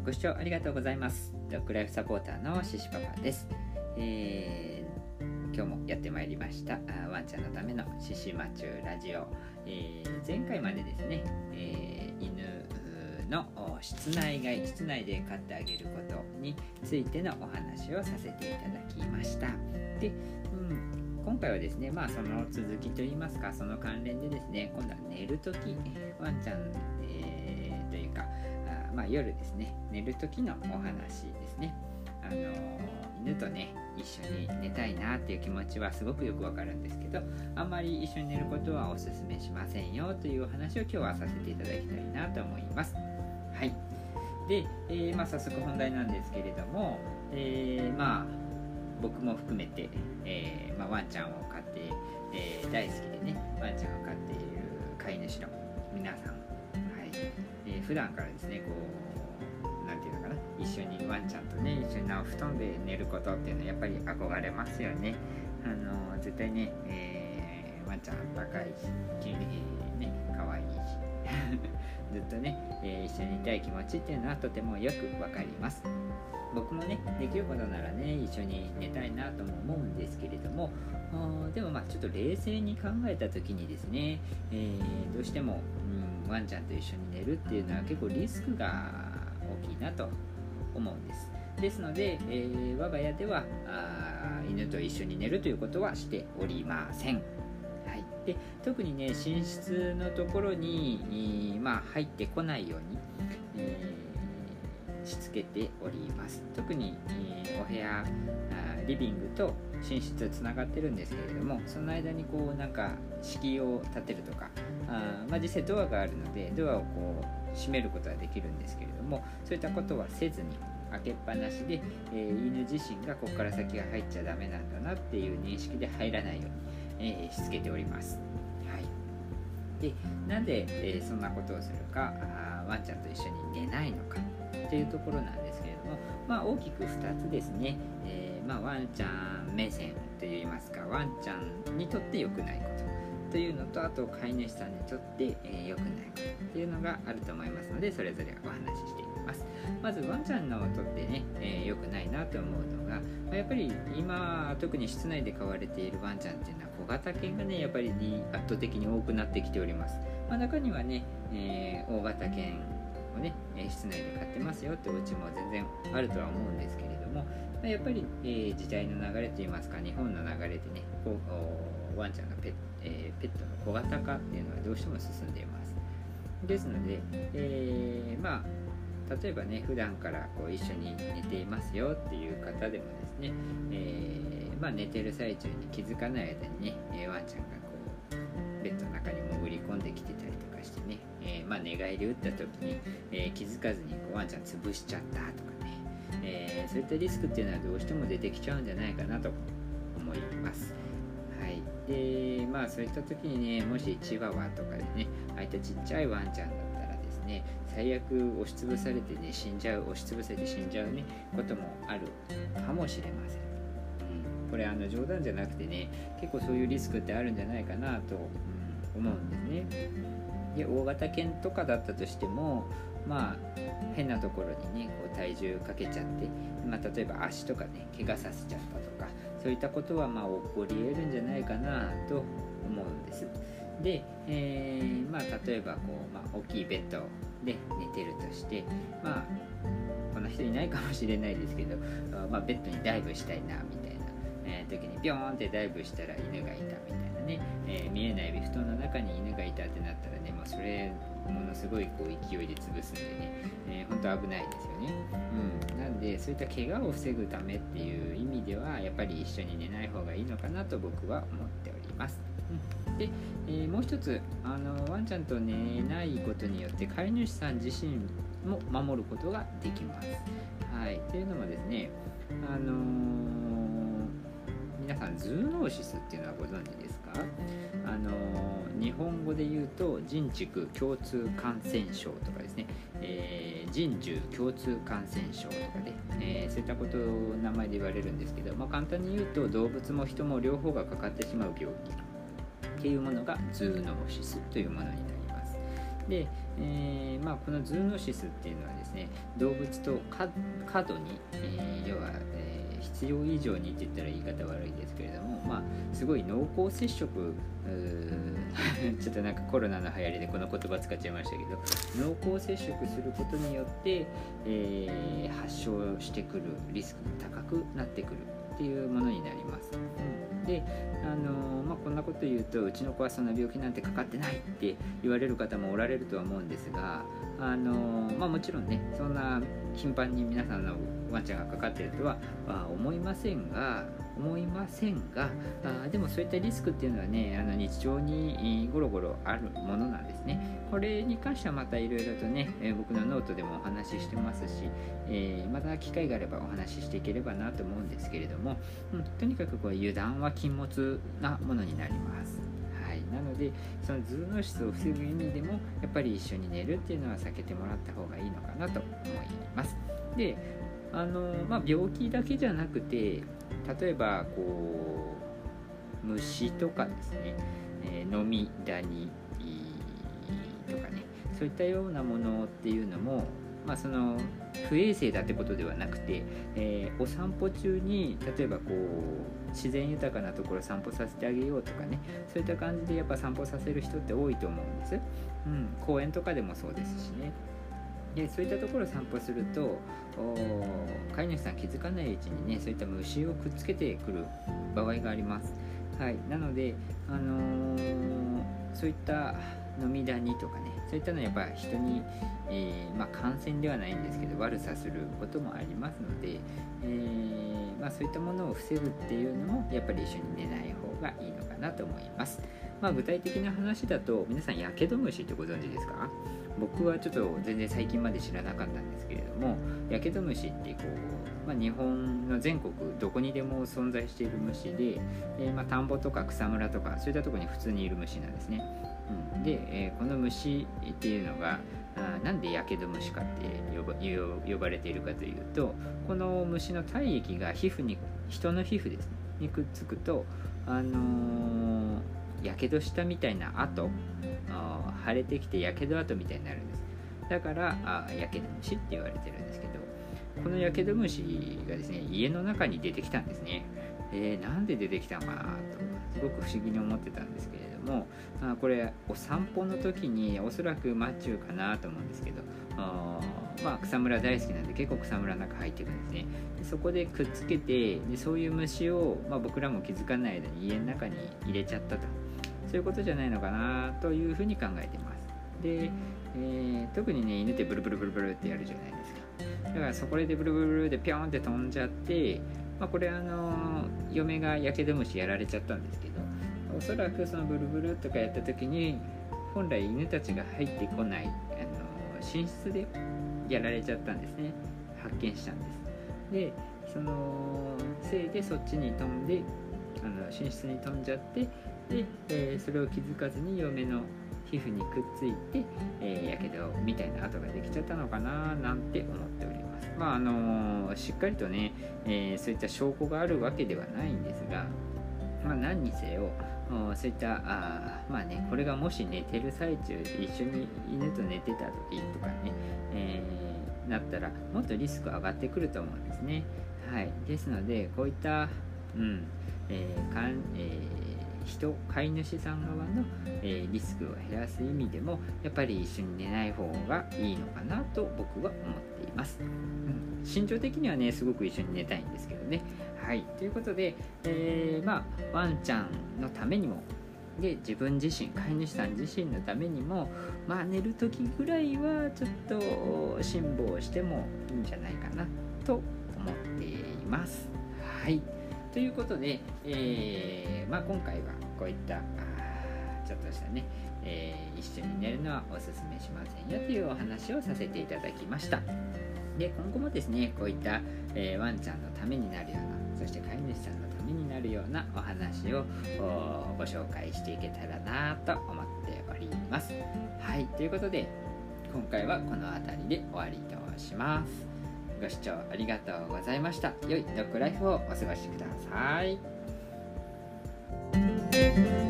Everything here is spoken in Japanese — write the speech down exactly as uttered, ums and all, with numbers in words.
ご視聴ありがとうございます。ドッグライフサポーターのシシパパです。えー、今日もやってまいりましたワンちゃんのためのシシマチュラジオ、えー、前回までですね、えー、犬の室内外室内で飼ってあげることについてのお話をさせていただきました。で、うん、今回はですね、まあその続きといいますか、その関連でですね、今度は寝るときワンちゃん、えー、というかあまあ夜ですね、寝るときのお話ですね。あの犬とね一緒に寝たいなっていう気持ちはすごくよくわかるんですけど、あんまり一緒に寝ることはお勧めしませんよというお話を今日はさせていただきたいなと思います。はい。で、えーまあ、早速本題なんですけれども、えー、まあ僕も含めて、えーまあ、ワンちゃんを飼って、えー、大好きでねワンちゃんを飼っている飼い主の皆さん、はいえー、普段からですねこうなんていうのかな、一緒にワンちゃんとね一緒に布団で寝ることっていうのはやっぱり憧れますよね。あの絶対ね、えー、ワンちゃんあったかいしきれいね可愛いしずっとね、えー、一緒にいたい気持ちっていうのはとてもよくわかります。僕もねできることならね一緒に寝たいなとも思うんですけれども、でもまあちょっと冷静に考えた時にですね、えー、どうしても、うん、ワンちゃんと一緒に寝るっていうのは結構リスクが大きいなと思うんです。ですので、えー、我が家ではあ犬と一緒に寝るということはしておりません。はい、で特にね寝室のところに、まあ、入ってこないように、えー、しつけております。特に、えー、お部屋リビングと寝室つながってるんですけれども、その間にこうなんか敷居を立てるとか、あ、まあ、実際ドアがあるのでドアをこう閉めることはできるんですけれども、そういったことはせずに開けっぱなしで、えー、犬自身がここから先が入っちゃダメなんだなっていう認識で入らないように、えー、しつけております。はい、でなんで、えー、そんなことをするか、あワンちゃんと一緒に寝ないのかというところなんですけれども、まあ、大きくふたつですね、えーまあ、ワンちゃん目線といいますか、ワンちゃんにとって良くないことというのと、あと飼い主さんにとって、えー、良くないことというのがあると思いますので、それぞれお話ししていきます。まずワンちゃんのとってね、えー、良くないなと思うのが、まあ、やっぱり今特に室内で飼われているワンちゃんっていうのは小型犬がねやっぱり圧倒的に多くなってきております。まあ、中にはね、えー、大型犬をね、えー、室内で飼ってますよってお家も全然あるとは思うんですけれども、まあ、やっぱり、えー、時代の流れといいますか、日本の流れでねこうワンちゃんのペッ、えー、ペットの小型化っていうのはどうしても進んでいます。ですので、えー、まあ例えばね普段からこう一緒に寝ていますよっていう方でもですね、えーまあ、寝てる最中に気づかない間にねワンちゃんがこうベッドの中に潜り込んできてたりとかしてね、えーまあ、寝返り打った時に、えー、気づかずにこうワンちゃん潰しちゃったとかね、えー、そういったリスクっていうのはどうしても出てきちゃうんじゃないかなと思います。はい、でまあそういった時にねもしチワワとかでねああいったちっちゃいワンちゃんだったらですね、最悪押しつぶされてね死んじゃう押しつぶされて死んじゃうねこともあるかもしれません。うん、これあの冗談じゃなくてね結構そういうリスクってあるんじゃないかなと、うん、思うんですね。で大型犬とかだったとしてもまあ変なところにねこう体重かけちゃって、まあ、例えば足とかね怪我させちゃったとかそういったことはまあ起こり得るんじゃないかなと思うんです。で、えーまあ、例えばこう、まあ、大きいベッドで寝てるとして、まあ、この人いないかもしれないですけど、まあ、ベッドにダイブしたいなみたいな、えー、時にビョーンってダイブしたら犬がいたみたいなね、えー、見えない布団の中に犬がいたってなったらね、まあ、それものすごいこう勢いで潰すんでね、えー、本当危ないですよね。うん、なんでそういった怪我を防ぐためっていう意味ではやっぱり一緒に寝ない方がいいのかなと僕は思っております。うん、で、えー、もう一つあのワンちゃんと寝ないことによって飼い主さん自身も守ることができます。はい、というのもですね、あのー、皆さんズーノーシスっていうのはご存知ですか？あのー、日本語で言うと人畜共通感染症とかですね、えー、人獣共通感染症とかで、えー、そういったことを名前で言われるんですけど、まあ、簡単に言うと動物も人も両方がかかってしまう病気っていうものがズーノーシスというものになります。 で、えーまあ、このズーノシスっていうのはですね、動物と過度に、えー、要は、えー、必要以上にって言ったら言い方悪いですけれども、まあ、すごい濃厚接触ちょっとなんかコロナの流行りでこの言葉使っちゃいましたけど、濃厚接触することによって、えー、発症してくるリスクが高くなってくるっていうものになります。うん、で、あのーまあ、こんなこと言うと、うちの子はそんな病気なんてかかってないって言われる方もおられるとは思うんですが、あのーまあ、もちろんね、そんな頻繁に皆さんのワンちゃんがかかっているとは思いませんが思いませんがあでもそういったリスクっていうのはね、あの日常にゴロゴロあるものなんですね。これに関してはまたいろいろとね、えー、僕のノートでもお話ししてますし、えー、また機会があればお話ししていければなと思うんですけれども、うん、とにかくこう油断は禁物なものになります。はい、なのでそのズーノシスを防ぐ意味でもやっぱり一緒に寝るっていうのは避けてもらった方がいいのかなと思います。で、あのまあ、病気だけじゃなくて、例えばこう虫とかですね、えー、飲みダニとかね、そういったようなものっていうのも、まあ、その不衛生だってことではなくて、えー、お散歩中に例えばこう自然豊かなところ散歩させてあげようとかね、そういった感じでやっぱ散歩させる人って多いと思うんです、うん、公園とかでもそうですしね。でそういったところを散歩すると、飼い主さん気づかないうちにね、そういった虫をくっつけてくる場合があります。はい、なので、あのー、そういった飲みダニとかね、そういったのはやっぱり人に、えーまあ、感染ではないんですけど悪さすることもありますので、えーまあ、そういったものを防ぐっていうのもやっぱり一緒に寝ない方がいいのかなと思います。まあ、具体的な話だと、皆さんやけど虫ってご存知ですか？僕はちょっと全然最近まで知らなかったんですけれども、やけど虫ってこう、まあ、日本の全国どこにでも存在している虫で、えーまあ、田んぼとか草むらとかそういったところに普通にいる虫なんですね。うん、で、えー、この虫っていうのがあなんでやけど虫かって呼 ば, 呼ばれているかというと、この虫の体液が皮膚に人の皮膚ですねにくっつくと、あのー、やけどしたみたいな跡、腫れてきてやけど跡みたいになるんです。だからあやけど虫って言われてるんですけど、このやけど虫がですね、家の中に出てきたんですね。えー、なんで出てきたのかなとすごく不思議に思ってたんですけれども、あこれお散歩の時におそらくマチューかなと思うんですけど、あまあ、草むら大好きなんで結構草むらの中入っていくんですね。でそこでくっつけて、でそういう虫を、まあ、僕らも気づかない間に家の中に入れちゃったと、そういうことじゃないのかなというふうに考えてます。で、えー、特にね、犬ってブルブルブルブルってやるじゃないですか。だからそこでブルブルブルでピョンって飛んじゃって、まあ、これあの嫁がやけど虫やられちゃったんですけど、おそらくそのブルブルとかやった時に本来犬たちが入ってこないあの寝室でやられちゃったんですね。発見したんです。でそのせいでそっちに飛んで、あの寝室に飛んじゃって、で、えー、それを気づかずに嫁の皮膚にくっついて、えー、やけどみたいな跡ができちゃったのかななんて思っております。まああのー、しっかりとね、えー、そういった証拠があるわけではないんですが、まあ、何にせよそういったあまあね、これがもし寝てる最中一緒に犬と寝てた時とかね、えー、なったらもっとリスク上がってくると思うんですね。はい、ですのでこういったうんえーかんえー人飼い主さん側の、えー、リスクを減らす意味でもやっぱり一緒に寝ない方がいいのかなと僕は思っています。うん、心情的にはねすごく一緒に寝たいんですけどね。はい、ということで、えー、まあワンちゃんのためにもで自分自身飼い主さん自身のためにも、まあ寝る時ぐらいはちょっと辛抱してもいいんじゃないかなと思っています。はい、ということで、えーまあ、今回はこういったちょっとしたね、えー、一緒に寝るのはおすすめしませんよというお話をさせていただきました。で今後もですねこういった、えー、ワンちゃんのためになるような、そして飼い主さんのためになるようなお話をご紹介していけたらなと思っております。はい、ということで今回はこの辺りで終わりとします。ご視聴ありがとうございました。良いドッグライフをお過ごしください。